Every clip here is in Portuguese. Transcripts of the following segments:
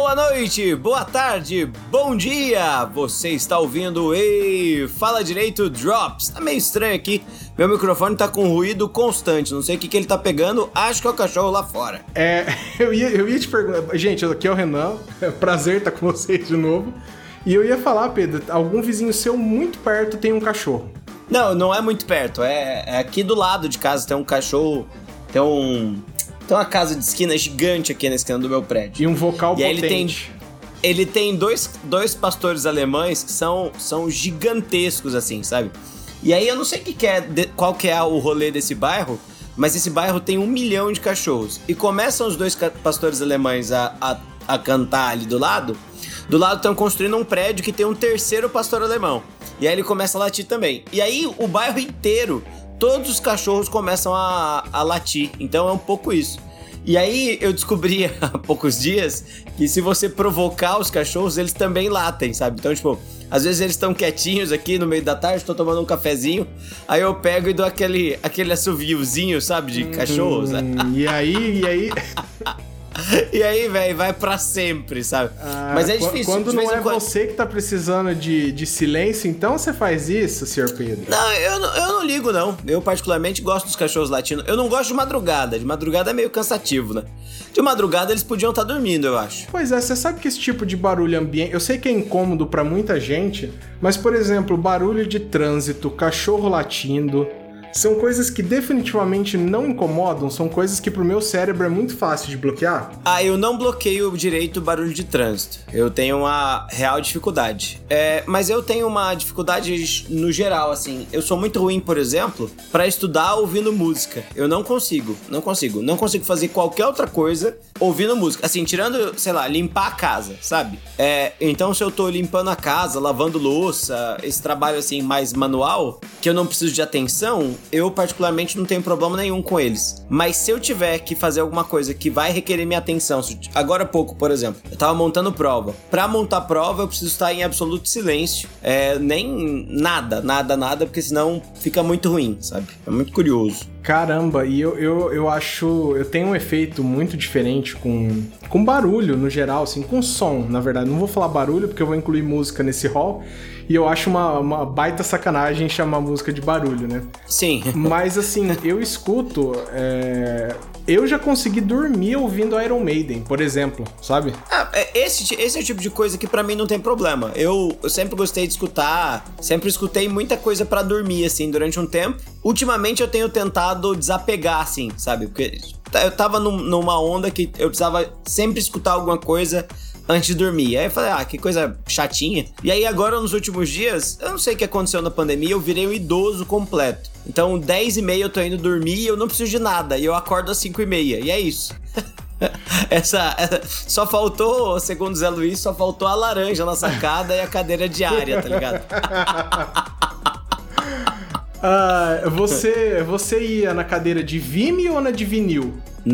Boa noite, boa tarde, bom dia! Você está ouvindo o Ei, Fala Direito Drops. Tá meio estranho aqui, meu microfone tá com ruído constante, não sei o que ele tá pegando, acho que é o cachorro lá fora. Eu ia te perguntar, gente, aqui é o Renan, é prazer estar com vocês de novo. E eu ia falar, Pedro, algum vizinho seu muito perto tem um cachorro. Não é muito perto, é aqui do lado de casa tem um cachorro, tem uma casa de esquina gigante aqui na esquina do meu prédio. E um vocal e potente. Ele tem dois pastores alemães que são gigantescos, assim, sabe? E aí eu não sei qual que é o rolê desse bairro, mas esse bairro tem 1 milhão de cachorros. E começam os dois pastores alemães a cantar ali do lado. Do lado estão construindo um prédio que tem um terceiro pastor alemão. E aí ele começa a latir também. E aí o bairro inteiro, todos os cachorros começam a latir. Então é um pouco isso. E aí eu descobri há poucos dias que se você provocar os cachorros, eles também latem, sabe? Então, tipo, às vezes eles estão quietinhos aqui no meio da tarde, tô tomando um cafezinho, aí eu pego e dou aquele assoviozinho, sabe, de cachorros. E aí... E aí, velho, vai pra sempre, sabe? Mas é difícil. Quando não é você que tá precisando de silêncio, então você faz isso, Sr. Pedro? Não, eu não ligo, não. Eu particularmente gosto dos cachorros latindo. Eu não gosto de madrugada. De madrugada é meio cansativo, né? De madrugada eles podiam estar dormindo, eu acho. Pois é, você sabe que esse tipo de barulho ambiente... Eu sei que é incômodo pra muita gente, mas, por exemplo, barulho de trânsito, cachorro latindo... São coisas que definitivamente não incomodam, são coisas que pro meu cérebro é muito fácil de bloquear. Eu não bloqueio direito o barulho de trânsito. Eu tenho uma real dificuldade. Mas eu tenho uma dificuldade no geral, assim. Eu sou muito ruim, por exemplo, pra estudar ouvindo música. Eu não consigo. Não consigo fazer qualquer outra coisa ouvindo música. Assim, tirando, sei lá, limpar a casa, sabe? Então, se eu tô limpando a casa, lavando louça, esse trabalho, assim, mais manual, que eu não preciso de atenção... Eu, particularmente, não tenho problema nenhum com eles. Mas se eu tiver que fazer alguma coisa que vai requerer minha atenção... Agora há pouco, por exemplo, eu tava montando prova. Pra montar prova, eu preciso estar em absoluto silêncio. Nem nada, porque senão fica muito ruim, sabe? É muito curioso. Caramba, e eu acho... Eu tenho um efeito muito diferente com barulho, no geral, assim, com som, na verdade. Não vou falar barulho, porque eu vou incluir música nesse hall... E eu acho uma baita sacanagem chamar música de barulho, né? Sim. Mas, assim, eu escuto... Eu já consegui dormir ouvindo Iron Maiden, por exemplo, sabe? Esse é o tipo de coisa que pra mim não tem problema. Eu sempre gostei de escutar, sempre escutei muita coisa pra dormir, assim, durante um tempo. Ultimamente eu tenho tentado desapegar, assim, sabe? Porque eu tava numa onda que eu precisava sempre escutar alguma coisa... antes de dormir. Aí eu falei, que coisa chatinha. E aí agora, nos últimos dias, eu não sei o que aconteceu na pandemia, eu virei um idoso completo. Então, 10h30 eu tô indo dormir e eu não preciso de nada. E eu acordo às 5h30. E é isso. Só faltou, segundo o Zé Luiz, só faltou a laranja na sacada e a cadeira diária, tá ligado? Você ia na cadeira de Vime ou na de vinil?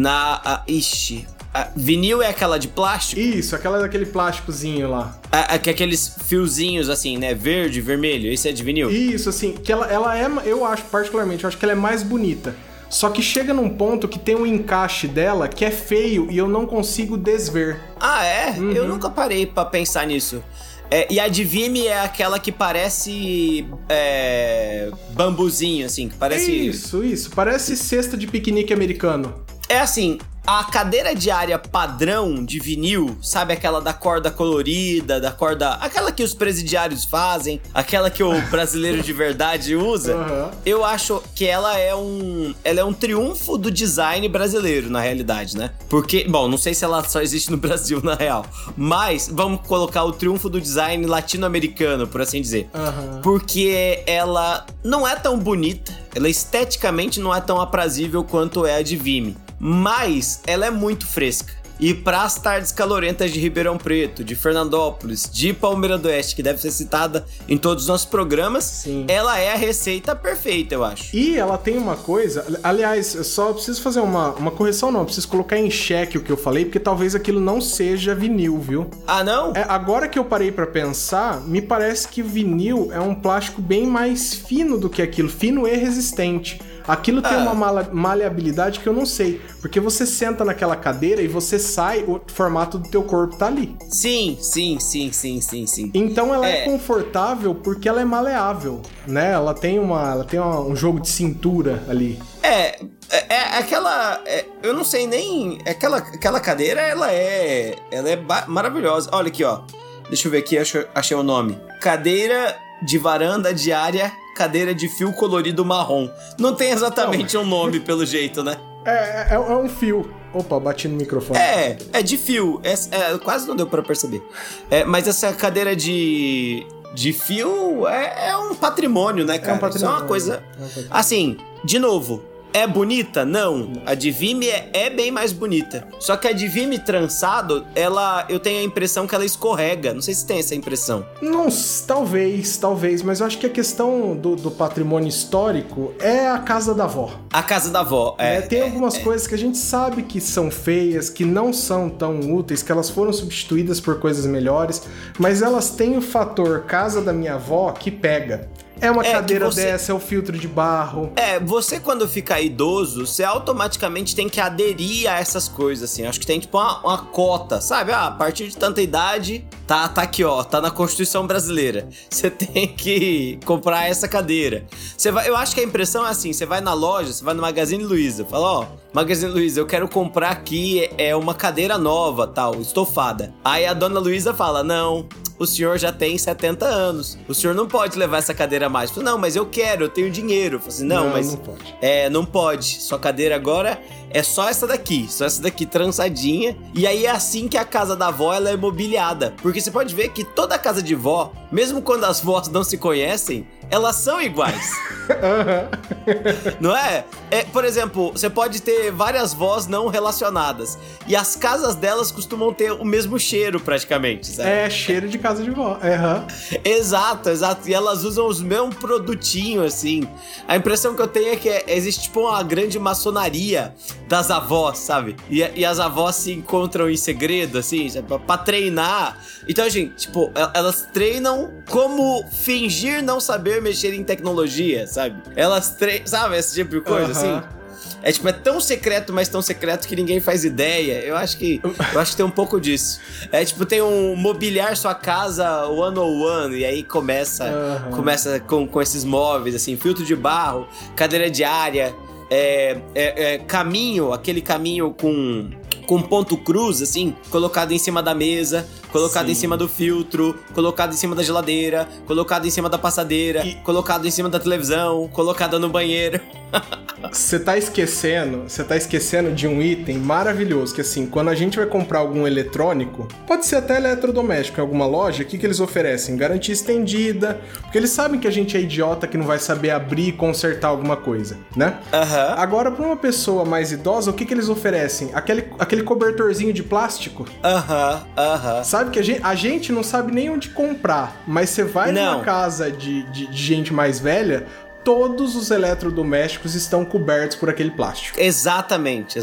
Vinil é aquela de plástico? Isso, aquela daquele plásticozinho lá. Aqueles fiozinhos assim, né? Verde, vermelho. Esse é de vinil? Isso, assim, que ela é, eu acho particularmente, eu acho que ela é mais bonita. Só que chega num ponto que tem um encaixe dela que é feio e eu não consigo desver. Uhum. Eu nunca parei pra pensar nisso. E a de Vime é aquela que parece bambuzinho, assim, que parece... Isso, parece cesta de piquenique americano. É assim, a cadeira diária padrão de vinil, sabe aquela da corda colorida, aquela que os presidiários fazem, aquela que o brasileiro de verdade usa, Eu acho que ela é um triunfo do design brasileiro, na realidade, né? Porque, bom, não sei se ela só existe no Brasil, na real, mas vamos colocar o triunfo do design latino-americano, por assim dizer. Porque ela não é tão bonita, ela esteticamente não é tão aprazível quanto é a de Vime. Mas ela é muito fresca. E para as tardes calorentas de Ribeirão Preto, de Fernandópolis, de Palmeira do Oeste, que deve ser citada em todos os nossos programas, Sim. Ela é a receita perfeita, eu acho. E ela tem uma coisa... Aliás, eu só preciso fazer uma correção, não. Eu preciso colocar em xeque o que eu falei, porque talvez aquilo não seja vinil, viu? Não? Agora que eu parei pra pensar, me parece que o vinil é um plástico bem mais fino do que aquilo. Fino e resistente. Aquilo tem uma maleabilidade que eu não sei. Porque você senta naquela cadeira e você sai, o formato do teu corpo tá ali. Sim. Então ela é confortável porque ela é maleável, né? Ela tem um jogo de cintura ali. Aquela... eu não sei nem... Aquela cadeira, ela é maravilhosa. Olha aqui, ó. Deixa eu ver aqui, achei o nome. Cadeira de varanda diária, cadeira de fio colorido marrom. Não tem exatamente um nome, pelo jeito, né? É um fio. Opa, bati no microfone. É de fio. Quase não deu pra perceber. Mas essa cadeira de fio é um patrimônio, né, cara? É um patrimônio. Isso é uma coisa... Assim, de novo... É bonita? Não. A de Vime é bem mais bonita. Só que a de Vime trançado, eu tenho a impressão que ela escorrega. Não sei se tem essa impressão. Não, talvez. Mas eu acho que a questão do patrimônio histórico é a casa da avó. A casa da avó, Tem algumas coisas que a gente sabe que são feias, que não são tão úteis, que elas foram substituídas por coisas melhores, mas elas têm o fator casa da minha avó que pega. É uma cadeira dessa, é o filtro de barro. Você quando fica idoso, você automaticamente tem que aderir a essas coisas, assim. Acho que tem tipo uma cota, sabe? A partir de tanta idade, tá aqui, ó, tá na Constituição Brasileira. Você tem que comprar essa cadeira. Eu acho que a impressão é assim, você vai na loja, você vai no Magazine Luiza, fala, ó, Magazine Luiza, eu quero comprar aqui uma cadeira nova, tal, estofada. Aí a dona Luiza fala, não... O senhor já tem 70 anos. O senhor não pode levar essa cadeira mais. Eu falei, não, mas eu quero, eu tenho dinheiro. Eu falei assim, não, mas... Não pode. Não pode. Sua cadeira agora é só essa daqui trançadinha. E aí é assim que a casa da avó, ela é mobiliada. Porque você pode ver que toda casa de vó, mesmo quando as vós não se conhecem, elas são iguais. Não é? Por exemplo, você pode ter várias vós não relacionadas. E as casas delas costumam ter o mesmo cheiro, praticamente, sabe? Cheiro de casa de vó. Exato. E elas usam os mesmos produtinhos, assim. A impressão que eu tenho é que existe, tipo, uma grande maçonaria das avós, sabe? E as avós se encontram em segredo, assim, sabe? Pra treinar. Então, gente, tipo, elas treinam como fingir não saber mexer em tecnologia, sabe? Elas treinam, sabe? Esse tipo de coisa, assim. É tão secreto, mas tão secreto que ninguém faz ideia. Eu acho que tem um pouco disso. Tem um mobiliar sua casa 101, e aí começa com esses móveis, assim, filtro de barro, cadeira diária, caminho, aquele caminho com ponto cruz, assim, colocado em cima da mesa, colocado em cima do filtro, colocado em cima da geladeira, colocado em cima da passadeira, colocado em cima da televisão, colocado no banheiro. Você tá esquecendo de um item maravilhoso, que assim, quando a gente vai comprar algum eletrônico, pode ser até eletrodoméstico em alguma loja, o que eles oferecem? Garantia estendida, porque eles sabem que a gente é idiota que não vai saber abrir e consertar alguma coisa, né? Agora, pra uma pessoa mais idosa, o que eles oferecem? Aquele cobertorzinho de plástico. Sabe que a gente não sabe nem onde comprar, mas você vai numa casa de gente mais velha, todos os eletrodomésticos estão cobertos por aquele plástico. Exatamente.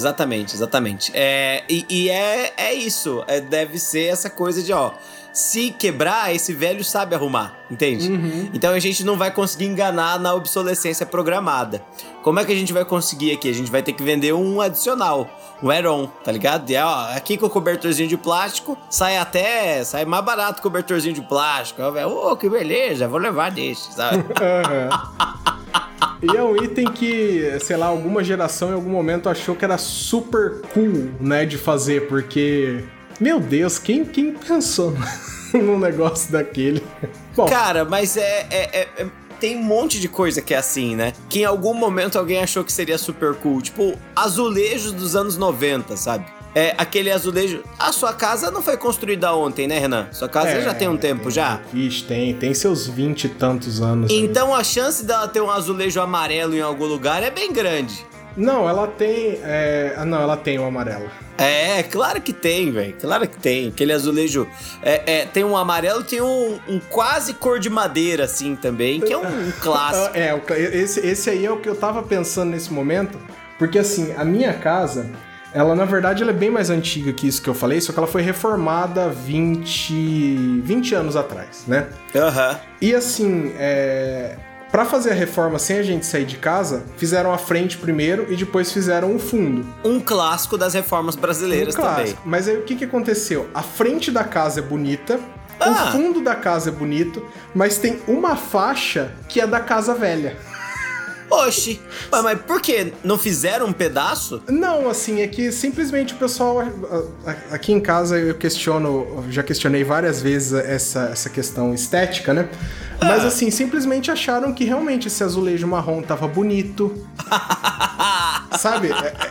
É isso. Deve ser essa coisa de, ó, se quebrar, esse velho sabe arrumar, entende? Então a gente não vai conseguir enganar na obsolescência programada. Como é que a gente vai conseguir aqui? A gente vai ter que vender um adicional, um add-on, tá ligado? E, ó, aqui com o cobertorzinho de plástico, sai mais barato o cobertorzinho de plástico. Que beleza, vou levar desse, sabe? E é um item que, sei lá, alguma geração em algum momento achou que era super cool, né, de fazer, porque... Meu Deus, quem pensou num negócio daquele? Bom, cara, mas tem um monte de coisa que é assim, né? Que em algum momento alguém achou que seria super cool. Tipo, azulejos dos anos 90, sabe? Aquele azulejo... A sua casa não foi construída ontem, né, Renan? Sua casa já tem um tempo já? Ixi, tem seus 20 e tantos anos. Então a chance dela ter um azulejo amarelo em algum lugar é bem grande. Não, ela tem... ela tem o amarelo. Claro que tem, velho. Claro que tem. Aquele azulejo... tem um amarelo, tem um quase cor de madeira, assim, também, que é um clássico. Esse aí é o que eu tava pensando nesse momento, porque, assim, a minha casa... Ela, na verdade, ela é bem mais antiga que isso que eu falei, só que ela foi reformada 20 anos atrás, né? Aham. E assim, Pra fazer a reforma sem a gente sair de casa, fizeram a frente primeiro e depois fizeram o fundo. Um clássico das reformas brasileiras também. Mas aí o que aconteceu? A frente da casa é bonita, o fundo da casa é bonito, mas tem uma faixa que é da casa velha. Oxi, mas por que? Não fizeram um pedaço? Não, assim, é que simplesmente o pessoal... Aqui em casa eu já questionei várias vezes essa questão estética, né? Mas assim, simplesmente acharam que realmente esse azulejo marrom tava bonito. Sabe?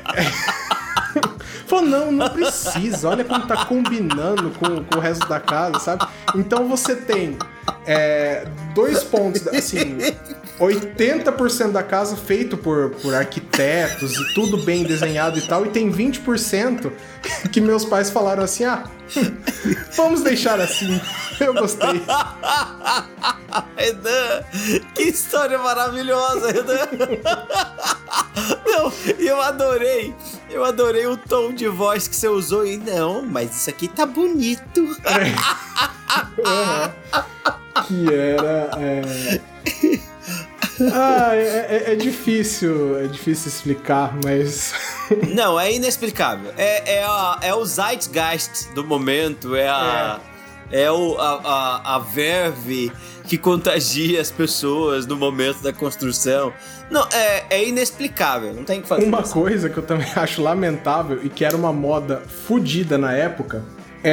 Falou, não precisa, olha como tá combinando com o resto da casa, sabe? Então você tem 2 pontos, assim... 80% da casa feito por arquitetos e tudo bem desenhado e tal, e tem 20% que meus pais falaram assim, vamos deixar assim, eu gostei. Renan, que história maravilhosa, Renan. Não, eu adorei o tom de voz que você usou, e não, mas isso aqui tá bonito. Que era... é difícil explicar, mas... Não, é inexplicável. É o zeitgeist do momento, a verve que contagia as pessoas no momento da construção. Não, é inexplicável, não tem o que fazer. Uma coisa que eu também acho lamentável e que era uma moda fodida na época,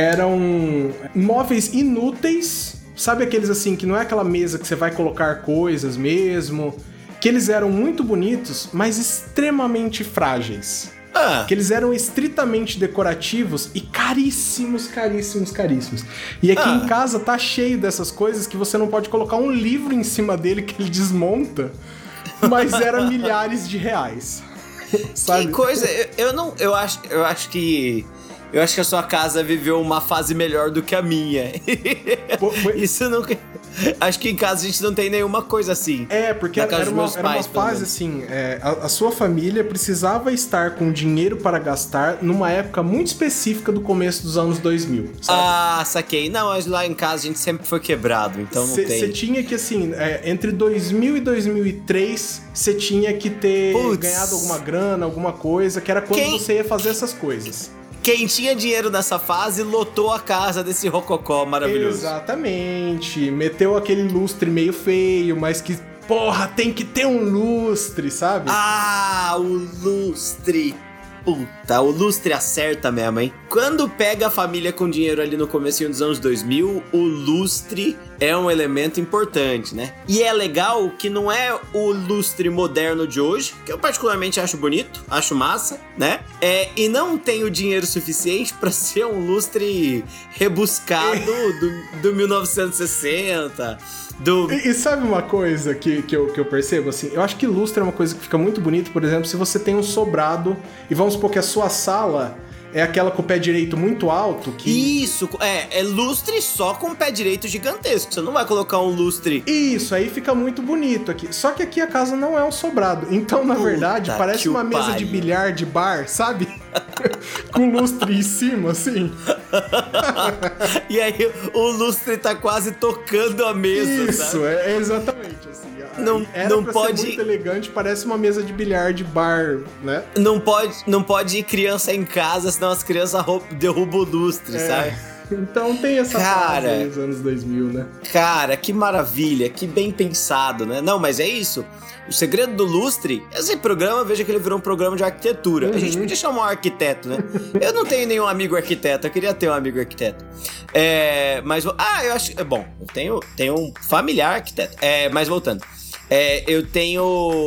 eram móveis inúteis. Sabe aqueles assim, que não é aquela mesa que você vai colocar coisas mesmo? Que eles eram muito bonitos, mas extremamente frágeis. Que eles eram estritamente decorativos e caríssimos, caríssimos, caríssimos. E aqui em casa tá cheio dessas coisas que você não pode colocar um livro em cima dele que ele desmonta, mas era milhares de reais. Sabe? Que coisa, eu acho que a sua casa viveu uma fase melhor do que a minha. Isso não... Acho que em casa a gente não tem nenhuma coisa assim. Porque era uma fase assim, a sua família precisava estar com dinheiro para gastar numa época muito específica do começo dos anos 2000, sabe? Saquei. Não, mas lá em casa a gente sempre foi quebrado, então não tem. Você tinha que, assim, entre 2000 e 2003, você tinha que ter ganhado alguma grana, alguma coisa, que era quando você ia fazer essas coisas. Quem tinha dinheiro nessa fase lotou a casa desse rococó maravilhoso. Exatamente. Meteu aquele lustre meio feio, mas que, porra, tem que ter um lustre, sabe? O lustre. Puta, o lustre acerta mesmo, hein? Quando pega a família com dinheiro ali no comecinho dos anos 2000, o lustre é um elemento importante, né? E é legal que não é o lustre moderno de hoje, que eu particularmente acho bonito, acho massa, né? E não tem o dinheiro suficiente pra ser um lustre rebuscado do 1960... E sabe uma coisa que eu percebo, assim? Eu acho que lustre é uma coisa que fica muito bonito, por exemplo, se você tem um sobrado e vamos supor que a sua sala é aquela com o pé direito muito alto que... Isso, é lustre só com o pé direito gigantesco, você não vai colocar um lustre... Isso, aí fica muito bonito aqui. Só que aqui a casa não é um sobrado, então na verdade parece uma mesa de bilhar de bar, sabe? Com lustre em cima, assim. E aí o lustre tá quase tocando a mesa, isso, sabe? É exatamente assim. Não pode ser muito elegante, parece uma mesa de bilhar de bar, né? Não pode ir criança em casa, senão as crianças derrubam o lustre, sabe? Então tem essa fase aí nos anos 2000, né? Cara, que maravilha, que bem pensado, né? Não, mas é isso. O segredo do lustre, esse programa, veja que ele virou um programa de arquitetura. A gente podia chamar um arquiteto, né? Eu não tenho nenhum amigo arquiteto, eu queria ter um amigo arquiteto. Mas, eu acho... Bom, eu tenho um familiar arquiteto. Mas voltando. Eu tenho...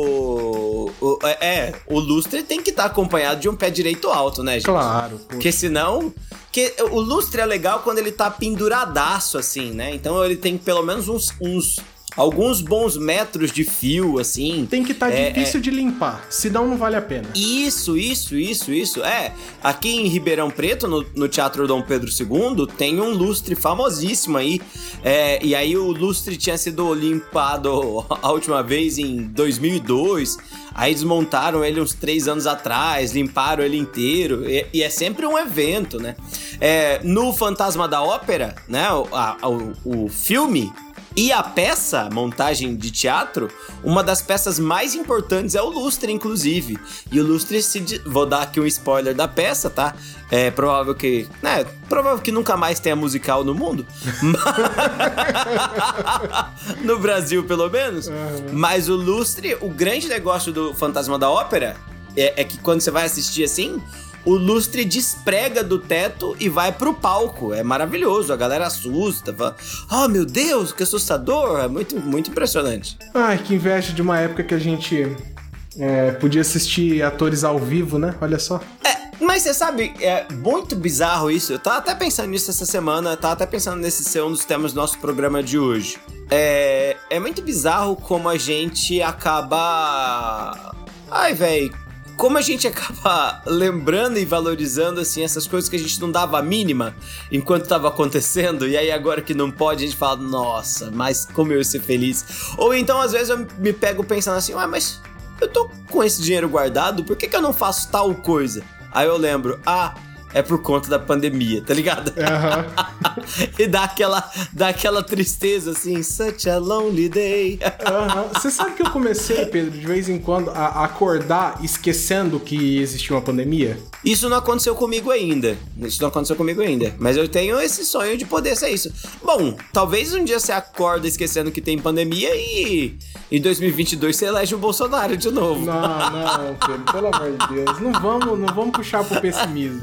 O lustre tem que estar acompanhado de um pé direito alto, né, gente? Claro. Porque senão... Porque o lustre é legal quando ele tá penduradaço, assim, né? Então ele tem pelo menos alguns bons metros de fio, assim. Tem que estar difícil de limpar, senão não vale a pena. Isso. Aqui em Ribeirão Preto, no Teatro Dom Pedro II, tem um lustre famosíssimo aí. E aí o lustre tinha sido limpado a última vez em 2002. Aí desmontaram ele uns 3 anos atrás, limparam ele inteiro. E é sempre um evento, né? No Fantasma da Ópera, né? O filme... E a peça, montagem de teatro, uma das peças mais importantes é o lustre, inclusive. E o lustre, vou dar aqui um spoiler da peça, tá? É provável que nunca mais tenha musical no mundo. No Brasil, pelo menos. Mas o lustre, o grande negócio do Fantasma da Ópera é que quando você vai assistir assim, o lustre desprega do teto e vai pro palco. É maravilhoso, a galera assusta, fala, oh meu Deus, que assustador. É muito, muito impressionante. Ai, que inveja de uma época que a gente podia assistir atores ao vivo, né? Olha só. Mas você sabe, é muito bizarro isso. Eu tava até pensando nisso essa semana, tava até pensando nesse ser um dos temas do nosso programa de hoje. É muito bizarro como a gente acaba... Ai, velho. Como a gente acaba lembrando e valorizando, assim, essas coisas que a gente não dava a mínima enquanto tava acontecendo, e aí agora que não pode, a gente fala, nossa, mas como eu ia ser feliz. Ou então, às vezes, eu me pego pensando assim, mas eu tô com esse dinheiro guardado, por que eu não faço tal coisa? Aí eu lembro, é por conta da pandemia, tá ligado? E dá aquela tristeza, assim, such a lonely day. Você sabe que eu comecei, Pedro, de vez em quando, a acordar esquecendo que existia uma pandemia? Isso não aconteceu comigo ainda. Mas eu tenho esse sonho de poder ser isso. Bom, talvez um dia você acorda esquecendo que tem pandemia e em 2022 você elege o Bolsonaro de novo. Não, Pedro, pelo amor de Deus. Não vamos puxar pro pessimismo.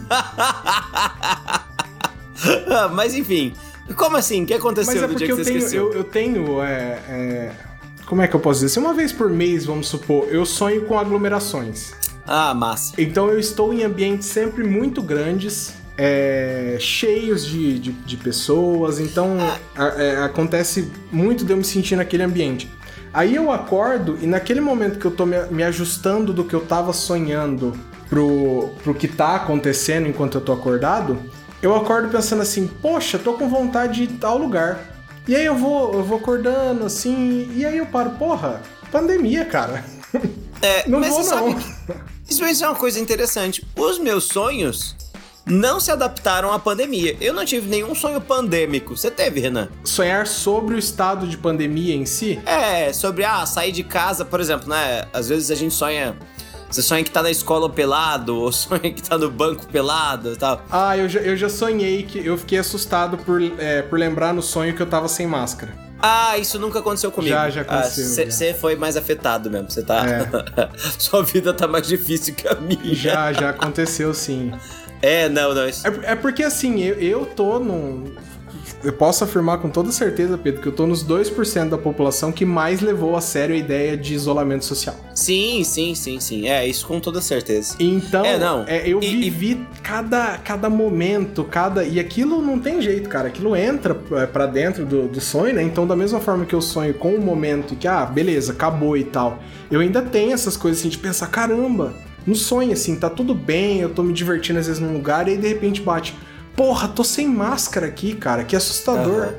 Mas enfim, como assim? O que aconteceu no dia que você esqueceu? Eu tenho, como é que eu posso dizer? Se uma vez por mês, vamos supor, eu sonho com aglomerações. Massa. Então eu estou em ambientes sempre muito grandes, cheios de pessoas, então acontece muito de eu me sentir naquele ambiente. Aí eu acordo e naquele momento que eu tô me ajustando do que eu tava sonhando pro que tá acontecendo enquanto eu tô acordado, eu acordo pensando assim, poxa, tô com vontade de ir tal lugar. E aí eu vou acordando assim, e aí eu paro, porra, pandemia, cara. Não vou, não. Sabe, isso é uma coisa interessante. Os meus sonhos não se adaptaram à pandemia. Eu não tive nenhum sonho pandêmico. Você teve, Renan? Sonhar sobre o estado de pandemia em si? Sobre, sair de casa, por exemplo, né? Às vezes a gente sonha... Você sonha que tá na escola pelado, ou sonha que tá no banco pelado e tal. Eu já sonhei que eu fiquei assustado por lembrar no sonho que eu tava sem máscara. Isso nunca aconteceu comigo. Já aconteceu. Você foi mais afetado mesmo, você tá... Sua vida tá mais difícil que a minha. Já aconteceu, sim. Não. É porque assim, eu tô num... Eu posso afirmar com toda certeza, Pedro, que eu tô nos 2% da população que mais levou a sério a ideia de isolamento social. Sim. Isso com toda certeza. Então, eu vivi cada momento, e aquilo não tem jeito, cara. Aquilo entra pra dentro do sonho, né? Então, da mesma forma que eu sonho com o momento que, beleza, acabou e tal, eu ainda tenho essas coisas assim de pensar, caramba, no sonho, assim, tá tudo bem, eu tô me divertindo às vezes num lugar, e aí de repente bate... Porra, tô sem máscara aqui, cara, que assustador.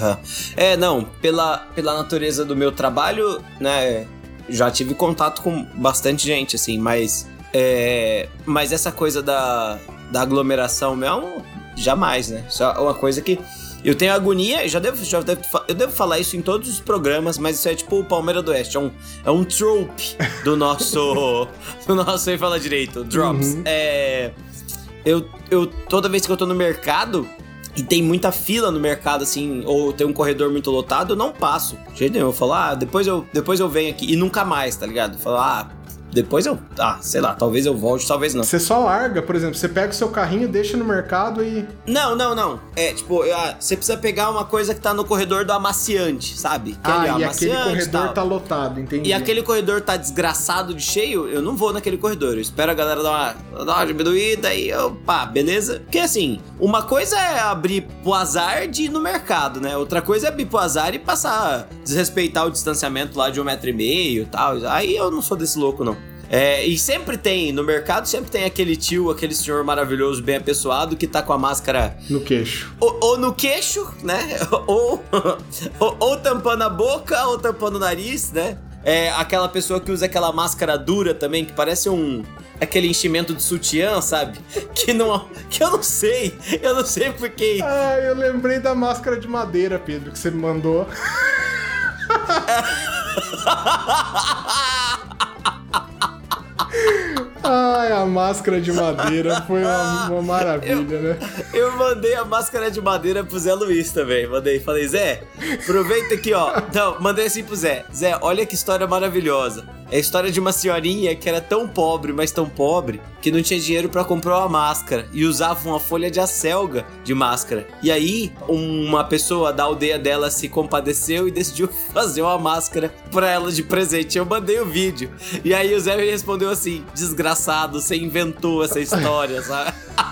Pela natureza do meu trabalho, né, já tive contato com bastante gente, assim, mas essa coisa da aglomeração mesmo, jamais, né, isso é uma coisa que eu tenho agonia, eu devo falar isso em todos os programas, mas isso é tipo o Palmeira do Oeste, é um trope do nosso, aí fala direito, Drops, Eu toda vez que eu tô no mercado e tem muita fila no mercado, assim, ou tem um corredor muito lotado, eu não passo. De jeito nenhum, eu falo, depois eu venho aqui. E nunca mais, tá ligado? Eu falo, depois eu... sei lá, talvez eu volte, talvez não. Você só larga, por exemplo, você pega o seu carrinho, deixa no mercado e... Não. Você precisa pegar uma coisa que tá no corredor do amaciante, sabe? Aquele corredor tá lotado, entendi. E aquele corredor tá desgraçado de cheio, eu não vou naquele corredor. Eu espero a galera dar uma diminuída e beleza? Porque assim, uma coisa é abrir pro azar de ir no mercado, né? Outra coisa é abrir pro azar e desrespeitar o distanciamento lá de 1,5 metro e tal. Aí eu não sou desse louco, não. E sempre tem, no mercado, sempre tem aquele tio, aquele senhor maravilhoso, bem apessoado, que tá com a máscara... No queixo. Ou no queixo, né? ou tampando a boca, ou tampando o nariz, né? Aquela pessoa que usa aquela máscara dura também, que parece aquele enchimento de sutiã, sabe? Que eu não sei porque... Eu lembrei da máscara de madeira, Pedro, que você me mandou. Ai, a máscara de madeira foi uma maravilha, né? Eu mandei a máscara de madeira pro Zé Luiz também. Falei, Zé, aproveita aqui, ó. Não, mandei assim pro Zé. Zé, olha que história maravilhosa. É a história de uma senhorinha que era tão pobre, mas tão pobre, que não tinha dinheiro pra comprar uma máscara e usava uma folha de acelga de máscara. E aí, uma pessoa da aldeia dela se compadeceu e decidiu fazer uma máscara pra ela de presente. Eu mandei o vídeo. E aí o Zé me respondeu assim, desgraçado, você inventou essa história, sabe?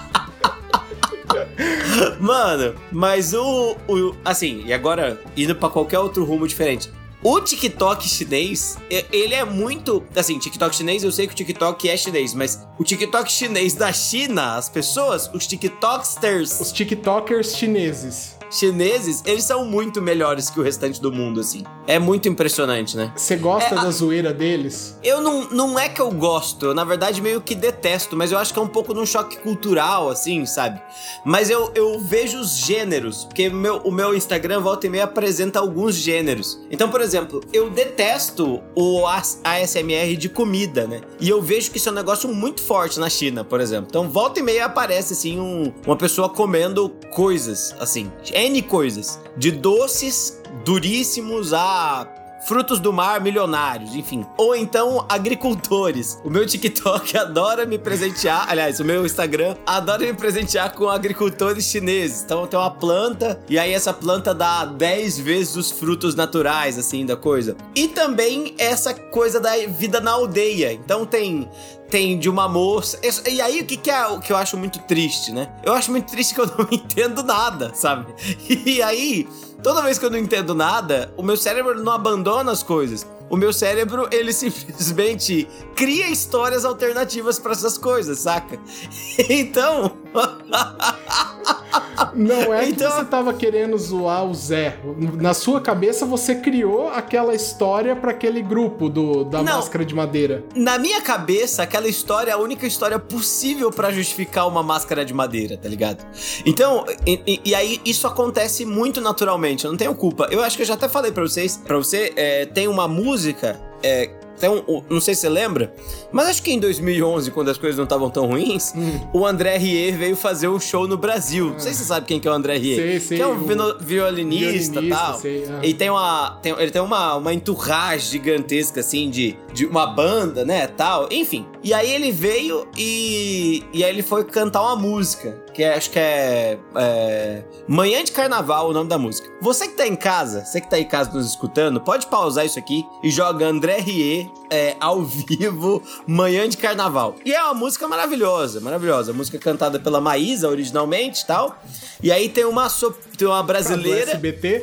Mano, mas assim, e agora indo pra qualquer outro rumo diferente. O TikTok chinês, ele é muito... Assim, TikTok chinês, eu sei que o TikTok é chinês, mas o TikTok chinês da China, as pessoas, os TikToksters... Os TikTokers chineses, eles são muito melhores que o restante do mundo, assim. É muito impressionante, né? Você gosta da zoeira deles? Eu não é que eu gosto, eu na verdade meio que detesto, mas eu acho que é um pouco num choque cultural, assim, sabe? Mas eu vejo os gêneros, porque o meu Instagram volta e meia apresenta alguns gêneros. Então, por exemplo, eu detesto o ASMR de comida, né? E eu vejo que isso é um negócio muito forte na China, por exemplo. Então, volta e meia aparece, assim, uma pessoa comendo coisas, assim, N coisas, de doces duríssimos a frutos do mar milionários, enfim. Ou então, agricultores. O meu TikTok adora me presentear, aliás, o meu Instagram adora me presentear com agricultores chineses. Então, tem uma planta, e aí essa planta dá 10 vezes os frutos naturais, assim, da coisa. E também essa coisa da vida na aldeia. Então, tem de uma moça... E aí, o que é o que eu acho muito triste, né? Eu acho muito triste que eu não entendo nada, sabe? E aí, toda vez que eu não entendo nada, o meu cérebro não abandona as coisas. O meu cérebro, ele simplesmente cria histórias alternativas pra essas coisas, saca? Então... Não é que você tava querendo zoar o Zé. Na sua cabeça, você criou aquela história pra aquele grupo da máscara de madeira. Na minha cabeça, aquela história é a única história possível pra justificar uma máscara de madeira, tá ligado? Então, e aí isso acontece muito naturalmente, eu não tenho culpa. Eu acho que eu já até falei pra vocês, tem uma música... Então, não sei se você lembra, mas acho que em 2011, quando as coisas não estavam tão ruins, o André Rieu veio fazer um show no Brasil. Não sei se você sabe quem que é o André Rieu. Sei, que é um violinista e tal. E ele tem uma entourage gigantesca, assim, de uma banda, né, tal. Enfim. E aí ele veio e aí ele foi cantar uma música, que acho que é Manhã de Carnaval, o nome da música. Você que tá em casa, você que tá em casa nos escutando, pode pausar isso aqui e joga André Rieu ao vivo, Manhã de Carnaval. E é uma música maravilhosa, maravilhosa. Música cantada pela Maísa, originalmente e tal. E aí tem uma brasileira... Do SBT?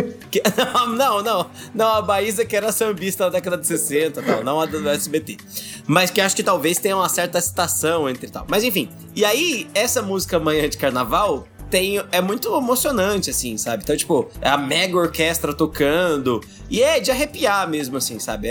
Não, a Maísa que era sambista na década de 60 e tal, não a do SBT. Mas que acho que talvez tenha uma certa citação entre tal. Mas enfim, e aí essa música Manhã de Carnaval... é muito emocionante, assim, sabe? Então, tipo, é a mega orquestra tocando. E é de arrepiar mesmo, assim, sabe?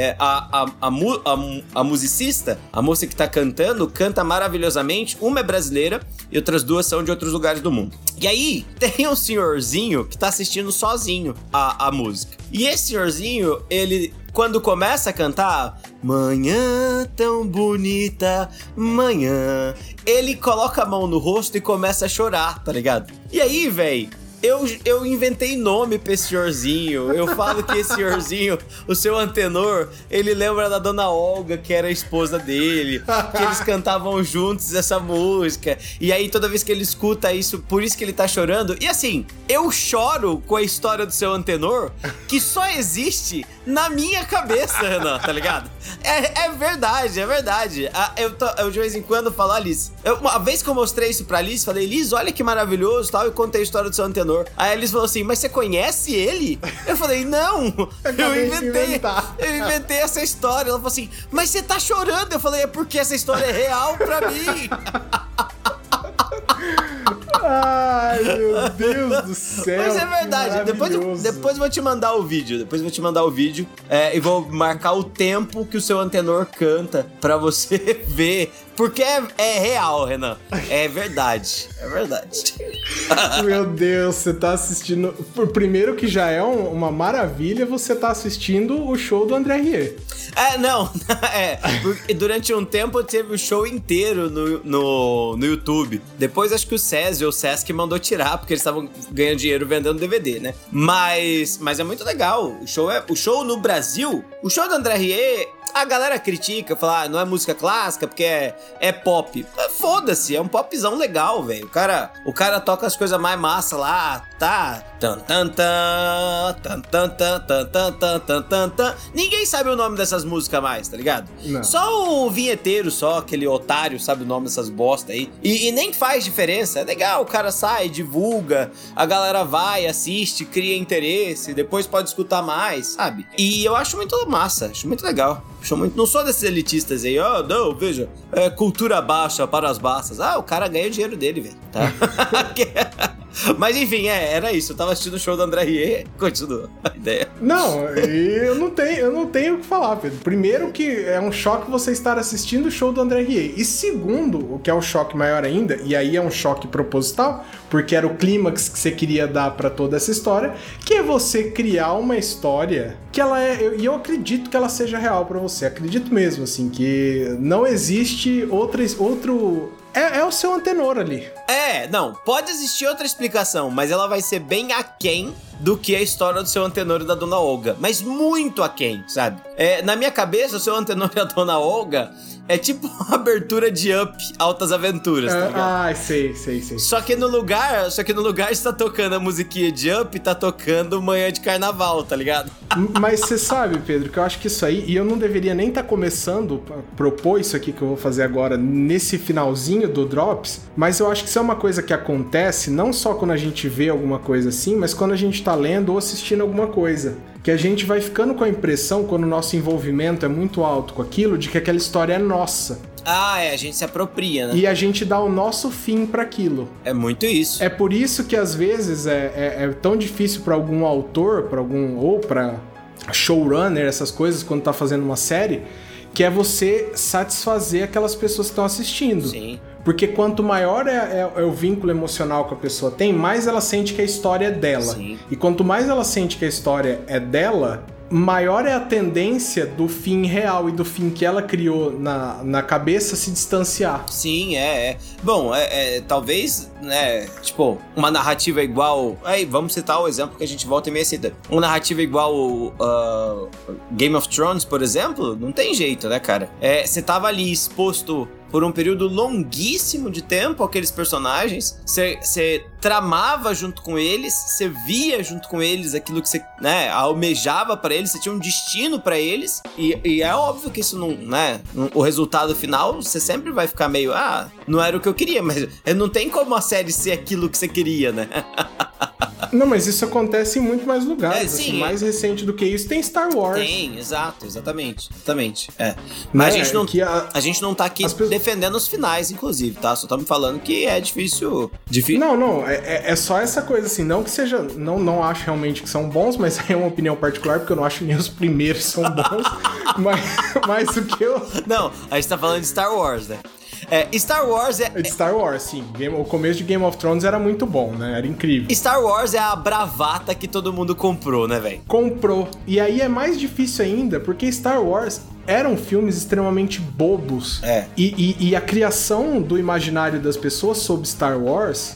A musicista, a moça que tá cantando, canta maravilhosamente. Uma é brasileira e outras duas são de outros lugares do mundo. E aí, tem um senhorzinho que tá assistindo sozinho a música. E esse senhorzinho, ele... Quando começa a cantar Manhã tão bonita, manhã, ele coloca a mão no rosto e começa a chorar, tá ligado? E aí, véi, eu inventei nome pra esse senhorzinho. Eu falo que esse senhorzinho, o seu antenor, ele lembra da dona Olga, que era a esposa dele, que eles cantavam juntos essa música. E aí toda vez que ele escuta isso, por isso que ele tá chorando. E assim, eu choro com a história do seu antenor, que só existe na minha cabeça, Renan, tá ligado? É verdade, é verdade. Eu de vez em quando falo, Alice, uma vez que eu mostrei isso pra Alice, falei, Liz, olha que maravilhoso, tal, e contei a história do seu antenor. Aí a Alice falou assim, mas você conhece ele? Eu falei, não, eu inventei essa história. Ela falou assim, mas você tá chorando? Eu falei, é porque essa história é real pra mim. Ai, meu Deus do céu. Mas é verdade. Depois eu vou te mandar o vídeo. E vou marcar o tempo que o seu antenor canta pra você ver Porque é real, Renan. É verdade. É verdade. Meu Deus, você tá assistindo... Primeiro que já é uma maravilha, você tá assistindo o show do André Rieu. Não. Porque durante um tempo teve o show inteiro no YouTube. Depois acho que o SESI ou o Sesc mandou tirar, porque eles estavam ganhando dinheiro vendendo DVD, né? Mas é muito legal. O show no Brasil, o show do André Rieu, a galera critica, fala, não é música clássica porque é pop. Foda-se, é um popzão legal, velho. O cara toca as coisas mais massa lá, tá? Ninguém sabe o nome dessas músicas mais, tá ligado? Não. Só o vinheteiro, aquele otário sabe o nome dessas bosta aí. E nem faz diferença. É legal, o cara sai, divulga, a galera vai, assiste, cria interesse, depois pode escutar mais, sabe? E eu acho muito massa, acho muito legal. Não sou desses elitistas aí, não, veja, é cultura baixa para as massas. O cara ganha o dinheiro dele, velho, tá? Mas enfim, era isso. Eu tava assistindo o show do André Rieu, continua a ideia. Não, eu não tenho o que falar, Pedro. Primeiro que é um choque você estar assistindo o show do André Rieu. E segundo, o que é o choque maior ainda, e aí é um choque proposital, porque era o clímax que você queria dar pra toda essa história, que é você criar uma história que ela e eu acredito que ela seja real pra você. Acredito mesmo, assim, que não existe outro... É o seu Antenor ali. Não, pode existir outra explicação, mas ela vai ser bem aquém do que a história do seu Antenor e da Dona Olga. Mas muito aquém, sabe? Na minha cabeça, o seu Antenor e a Dona Olga é tipo uma abertura de Up, Altas Aventuras, tá ligado? Sei. Só que no lugar está tocando a musiquinha de Up e tá tocando Manhã de Carnaval, tá ligado? Mas você sabe, Pedro, que eu acho que isso aí, e eu não deveria nem estar começando a propor isso aqui que eu vou fazer agora nesse finalzinho do Drops, mas eu acho que isso é uma coisa que acontece não só quando a gente vê alguma coisa assim, mas quando a gente tá lendo ou assistindo alguma coisa. Que a gente vai ficando com a impressão, quando o nosso envolvimento é muito alto com aquilo, de que aquela história é nossa. A gente se apropria, né? E a gente dá o nosso fim pra aquilo. É muito isso. É por isso que às vezes é tão difícil pra algum autor, ou pra showrunner, essas coisas, quando tá fazendo uma série, que é você satisfazer aquelas pessoas que estão assistindo. Sim. Porque quanto maior é o vínculo emocional que a pessoa tem, mais ela sente que a história é dela. Sim. E quanto mais ela sente que a história é dela, maior é a tendência do fim real e do fim que ela criou na cabeça se distanciar. Sim, Bom, talvez, né, tipo, uma narrativa igual... Aí, vamos citar o exemplo que a gente volta e meia cita. Uma narrativa igual Game of Thrones, por exemplo, não tem jeito, né, cara? Você tava ali exposto por um período longuíssimo de tempo aqueles personagens, você tramava junto com eles, você via junto com eles aquilo que você, né, almejava pra eles, você tinha um destino pra eles, e é óbvio que isso não, né, o resultado final, você sempre vai ficar meio, não era o que eu queria, mas não tem como a série ser aquilo que você queria, né? Não, mas isso acontece em muito mais lugares. Sim, assim, mais recente do que isso tem Star Wars. Tem, exatamente. Mas a gente não tá aqui defendendo os finais, inclusive, tá? Só estamos falando que é difícil. Não, é só essa coisa, assim, não que seja... Não acho realmente que são bons, mas é uma opinião particular, porque eu não acho que nem os primeiros são bons. mas o que eu... Não, a gente tá falando de Star Wars, né? Star Wars Star Wars, sim. O começo de Game of Thrones era muito bom, né? Era incrível. Star Wars é a bravata que todo mundo comprou, né, velho? Comprou. E aí é mais difícil ainda, porque Star Wars eram filmes extremamente bobos. E a criação do imaginário das pessoas sobre Star Wars,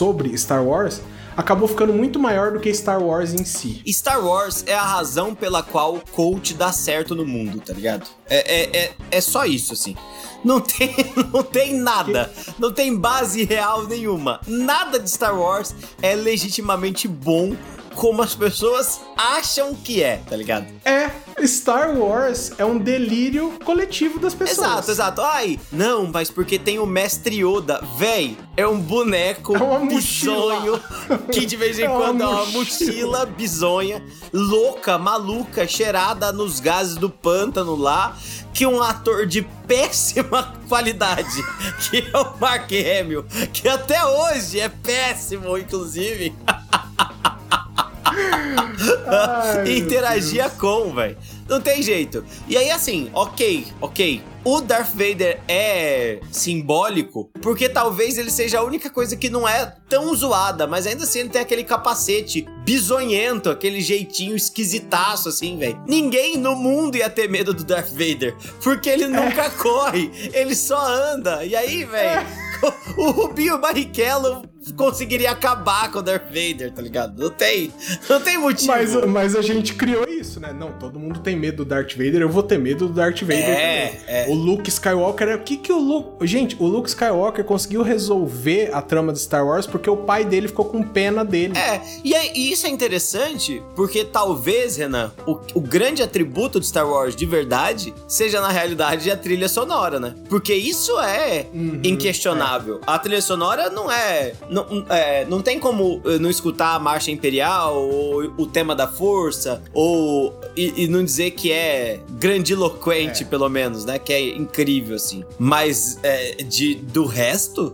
acabou ficando muito maior do que Star Wars em si. Star Wars é a razão pela qual o coach dá certo no mundo, tá ligado? É só isso, assim. Não tem nada. Não tem base real nenhuma. Nada de Star Wars é legitimamente bom como as pessoas acham que é, tá ligado? Star Wars é um delírio coletivo das pessoas. Exato. Ai, não, mas porque tem o Mestre Yoda. Véi, é um boneco bizonho que de vez em quando é uma mochila bizonha, louca, maluca, cheirada nos gases do pântano lá, que um ator de péssima qualidade, que é o Mark Hamill, que até hoje é péssimo, inclusive. Interagia com, velho. Não tem jeito. E aí, assim, ok. O Darth Vader é simbólico porque talvez ele seja a única coisa que não é tão zoada, mas ainda assim ele tem aquele capacete bizonhento, aquele jeitinho esquisitaço, assim, velho. Ninguém no mundo ia ter medo do Darth Vader, porque ele nunca corre, ele só anda. E aí, velho, o Rubinho Barrichello conseguiria acabar com o Darth Vader, tá ligado? Não tem motivo. Mas a gente criou isso, né? Não, todo mundo tem medo do Darth Vader, eu vou ter medo do Darth Vader também. O Luke Skywalker, o que o Luke... Gente, o Luke Skywalker conseguiu resolver a trama de Star Wars porque o pai dele ficou com pena dele. E isso é interessante, porque talvez, Renan, o grande atributo de Star Wars de verdade seja, na realidade, a trilha sonora, né? Porque isso é inquestionável. A trilha sonora não tem como não escutar a Marcha Imperial ou o tema da Força e não dizer que é grandiloquente, pelo menos, né? Que é incrível, assim. Mas do resto...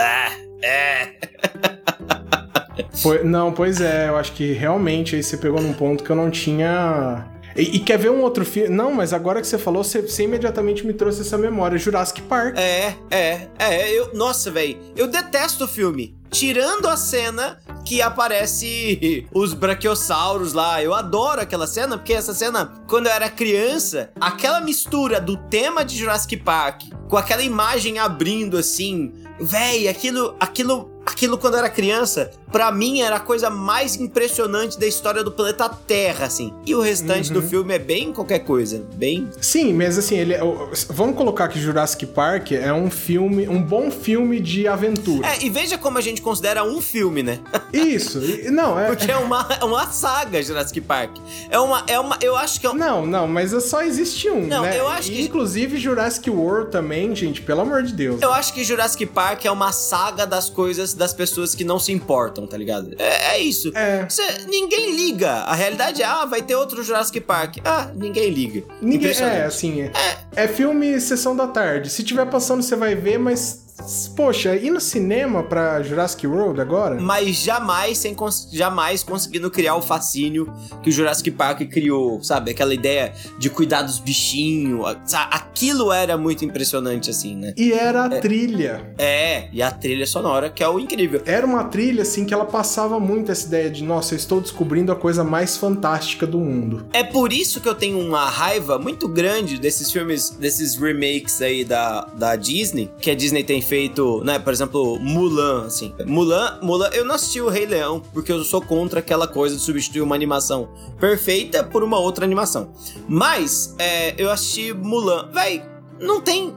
Pois é, eu acho que realmente aí você pegou num ponto que eu não tinha... E quer ver um outro filme? Não, mas agora que você falou, você imediatamente me trouxe essa memória. Jurassic Park. Nossa, velho, eu detesto o filme. Tirando a cena que aparece os braquiossauros lá. Eu adoro aquela cena, porque essa cena, quando eu era criança, aquela mistura do tema de Jurassic Park com aquela imagem abrindo assim, véi, aquilo quando eu era criança, pra mim era a coisa mais impressionante da história do planeta Terra, assim. E o restante do filme é bem qualquer coisa, bem... Sim, mas assim, vamos colocar que Jurassic Park é um bom filme de aventura. E veja como a gente considera um filme, né? Isso, Porque é uma saga, Jurassic Park. Eu acho que é Não, mas só existe um, não, né? Eu acho que... Inclusive Jurassic World também, gente, pelo amor de Deus. Eu acho que Jurassic Park é uma saga das coisas das pessoas que não se importam, tá ligado? É isso. Ninguém liga. A realidade é, vai ter outro Jurassic Park. Ninguém liga. Ninguém, é filme Sessão da Tarde. Se tiver passando, você vai ver, mas... Poxa, ir no cinema pra Jurassic World agora? Mas jamais conseguindo criar o fascínio que o Jurassic Park criou, sabe? Aquela ideia de cuidar dos bichinhos. Aquilo era muito impressionante, assim, né? E era a trilha. E a trilha sonora, que é o incrível. Era uma trilha, assim, que ela passava muito essa ideia de, nossa, eu estou descobrindo a coisa mais fantástica do mundo. É por isso que eu tenho uma raiva muito grande desses filmes, desses remakes aí da Disney, que a Disney tem feito, né, por exemplo, Mulan, assim. Mulan, eu não assisti o Rei Leão, porque eu sou contra aquela coisa de substituir uma animação perfeita por uma outra animação. Mas, eu assisti Mulan. Véi, não tem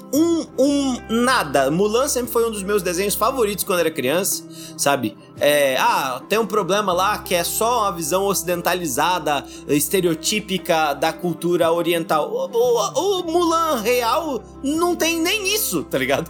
nada. Mulan sempre foi um dos meus desenhos favoritos quando era criança, sabe? Tem um problema lá que é só uma visão ocidentalizada, estereotípica da cultura oriental. O Mulan real não tem nem isso, tá ligado?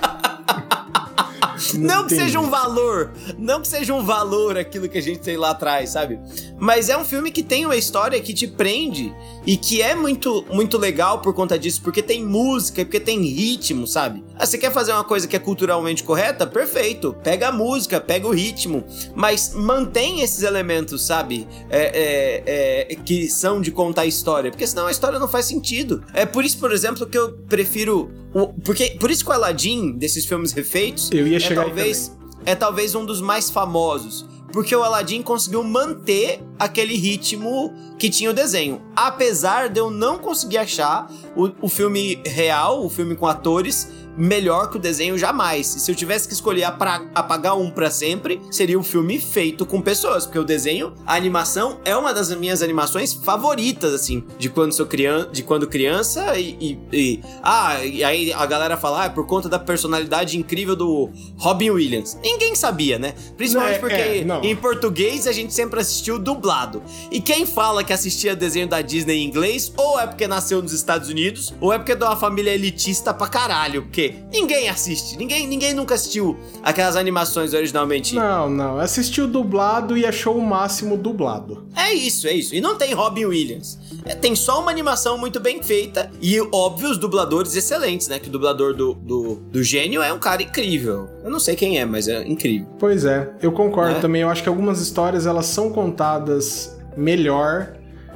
Não que seja um valor aquilo que a gente tem lá atrás, sabe? Mas é um filme que tem uma história que te prende e que é muito, muito legal por conta disso, porque tem música, porque tem ritmo, sabe? Você quer fazer uma coisa que é culturalmente correta? Perfeito. Pega a música, pega o ritmo, mas mantém esses elementos, sabe? Que são de contar a história, porque senão a história não faz sentido. É por isso, por exemplo, que eu prefiro... Por isso que o Aladdin, desses filmes refeitos, eu ia chegar talvez um dos mais famosos. Porque o Aladdin conseguiu manter aquele ritmo que tinha o desenho. Apesar de eu não conseguir achar o filme real, o filme com atores, melhor que o desenho jamais. E se eu tivesse que escolher apagar um pra sempre, seria um filme feito com pessoas. Porque o desenho, a animação, é uma das minhas animações favoritas, assim, de quando criança. E aí a galera fala, é por conta da personalidade incrível do Robin Williams. Ninguém sabia, né? Principalmente porque em português a gente sempre assistiu dublado. E quem fala que assistia desenho da Disney em inglês, ou é porque nasceu nos Estados Unidos, ou é porque é de uma família elitista pra caralho. Porque ninguém assiste, ninguém nunca assistiu aquelas animações originalmente. Não, assistiu dublado e achou o máximo dublado. É isso. E não tem Robin Williams. Tem só uma animação muito bem feita e, óbvio, os dubladores excelentes, né? Que o dublador do Gênio é um cara incrível. Eu não sei quem é, mas é incrível. Pois é, eu concordo também. Eu acho que algumas histórias, elas são contadas melhor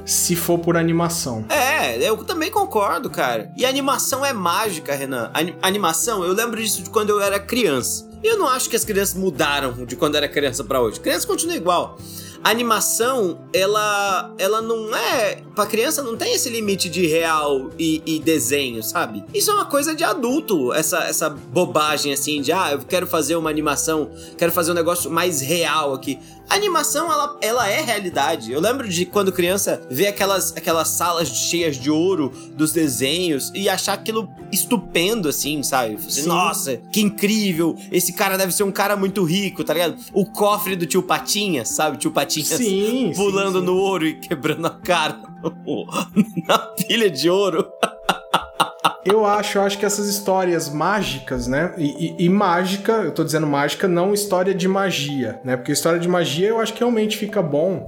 se for por animação. Eu também concordo, cara. E a animação é mágica, Renan. A animação, eu lembro disso de quando eu era criança. E eu não acho que as crianças mudaram de quando era criança pra hoje. Criança continua igual. A animação, ela não é... Pra criança não tem esse limite de real e desenho, sabe? Isso é uma coisa de adulto, essa bobagem assim de... eu quero fazer uma animação, quero fazer um negócio mais real aqui. A animação, ela é realidade. Eu lembro de quando criança ver aquelas salas cheias de ouro dos desenhos e achar aquilo estupendo, assim, sabe? Assim, nossa, que incrível! Esse cara deve ser um cara muito rico, tá ligado? O cofre do tio Patinhas, sabe? Tio Patinhas pulando no ouro e quebrando a cara na pilha de ouro. Eu acho que essas histórias mágicas, né? E mágica, eu tô dizendo mágica, não história de magia, né? Porque história de magia eu acho que realmente fica bom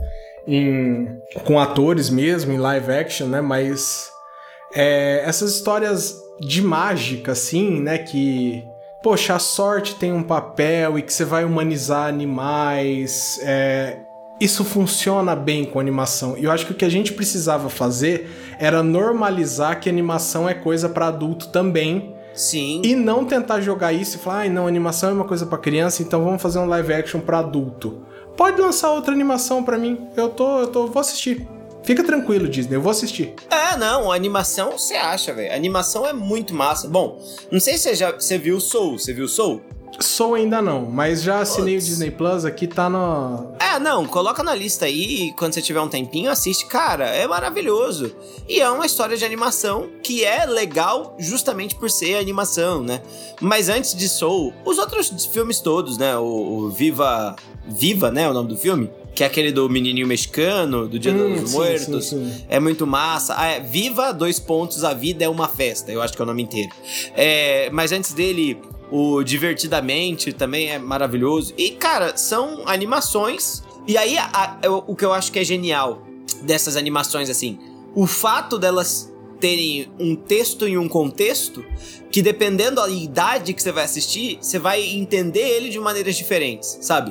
com atores mesmo, em live action, né? Mas essas histórias de mágica, assim, né? Que, poxa, a sorte tem um papel e que você vai humanizar animais... Isso funciona bem com animação. E eu acho que o que a gente precisava fazer era normalizar que animação é coisa pra adulto também. Sim. E não tentar jogar isso e falar, não, animação é uma coisa pra criança, então vamos fazer um live action pra adulto. Pode lançar outra animação pra mim. Vou assistir. Fica tranquilo, Disney, eu vou assistir. Não, animação você acha, velho. Animação é muito massa. Bom, não sei se você viu Soul. Você viu Soul? Soul ainda não, mas já assinei o Disney Plus, aqui tá no... coloca na lista aí, quando você tiver um tempinho, assiste. Cara, é maravilhoso. E é uma história de animação que é legal justamente por ser animação, né? Mas antes de Soul, os outros filmes todos, né? O Viva, né? O nome do filme? Que é aquele do menininho mexicano, do Dia dos Muertos. Sim. É muito massa. Viva, a vida é uma festa. Eu acho que é o nome inteiro. Mas antes dele... O Divertidamente também é maravilhoso. E, cara, são animações. E aí, o que eu acho que é genial dessas animações, assim... O fato delas terem um texto e um contexto... Que dependendo da idade que você vai assistir... Você vai entender ele de maneiras diferentes, sabe?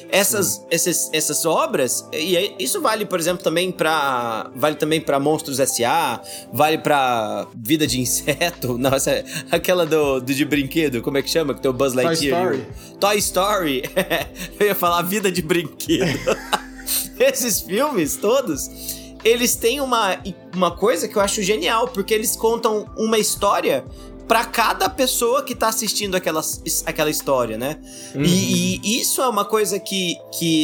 Essas obras... E isso vale, por exemplo, também vale também pra Monstros S.A., vale pra Vida de Inseto. Nossa, aquela de brinquedo, como é que chama? Que tem o Buzz Lightyear. Toy Story. Eu ia falar Vida de Brinquedo. Esses filmes todos... Eles têm uma coisa que eu acho genial, porque eles contam uma história pra cada pessoa que tá assistindo aquela história, né? Uhum. E isso é uma coisa que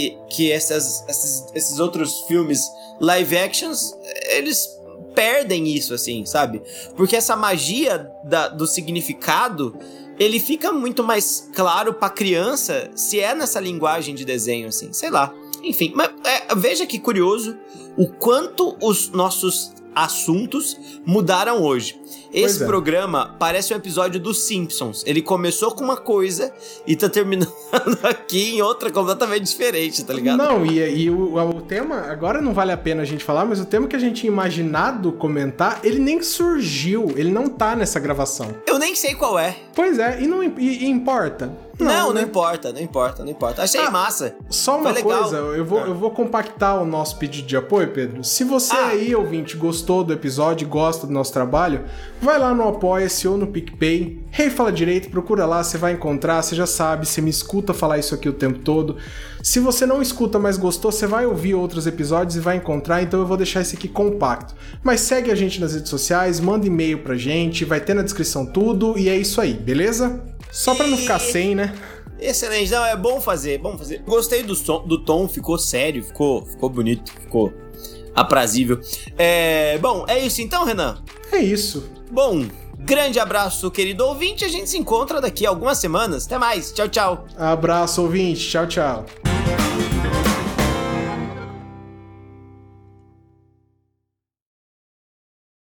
esses outros filmes live actions, eles perdem isso, assim, sabe? Porque essa magia do significado, ele fica muito mais claro pra criança se é nessa linguagem de desenho, assim, sei lá. Enfim, mas veja que curioso o quanto os nossos assuntos mudaram hoje. Esse programa parece um episódio dos Simpsons. Ele começou com uma coisa e tá terminando aqui em outra completamente diferente, tá ligado? Não, e o tema, agora não vale a pena a gente falar, mas o tema que a gente tinha imaginado comentar, ele nem surgiu, ele não tá nessa gravação. Eu nem sei qual é. Pois é, e importa? Não importa. Achei massa. Só uma coisa, eu vou compactar o nosso pedido de apoio, Pedro. Se você aí, ouvinte, gostou do episódio e gosta do nosso trabalho, vai lá no Apoia-se ou no PicPay. Fala Direito, procura lá, você vai encontrar, você já sabe, você me escuta falar isso aqui o tempo todo. Se você não escuta, mas gostou, você vai ouvir outros episódios e vai encontrar, então eu vou deixar esse aqui compacto. Mas segue a gente nas redes sociais, manda e-mail pra gente, vai ter na descrição tudo, e é isso aí, beleza? Só pra não ficar sem, né? Excelente, não, é bom fazer. Gostei do tom, ficou sério, ficou bonito, ficou aprazível. Bom, é isso então, Renan? É isso. Bom, grande abraço, querido ouvinte, a gente se encontra daqui a algumas semanas. Até mais, tchau, tchau. Abraço, ouvinte, tchau, tchau.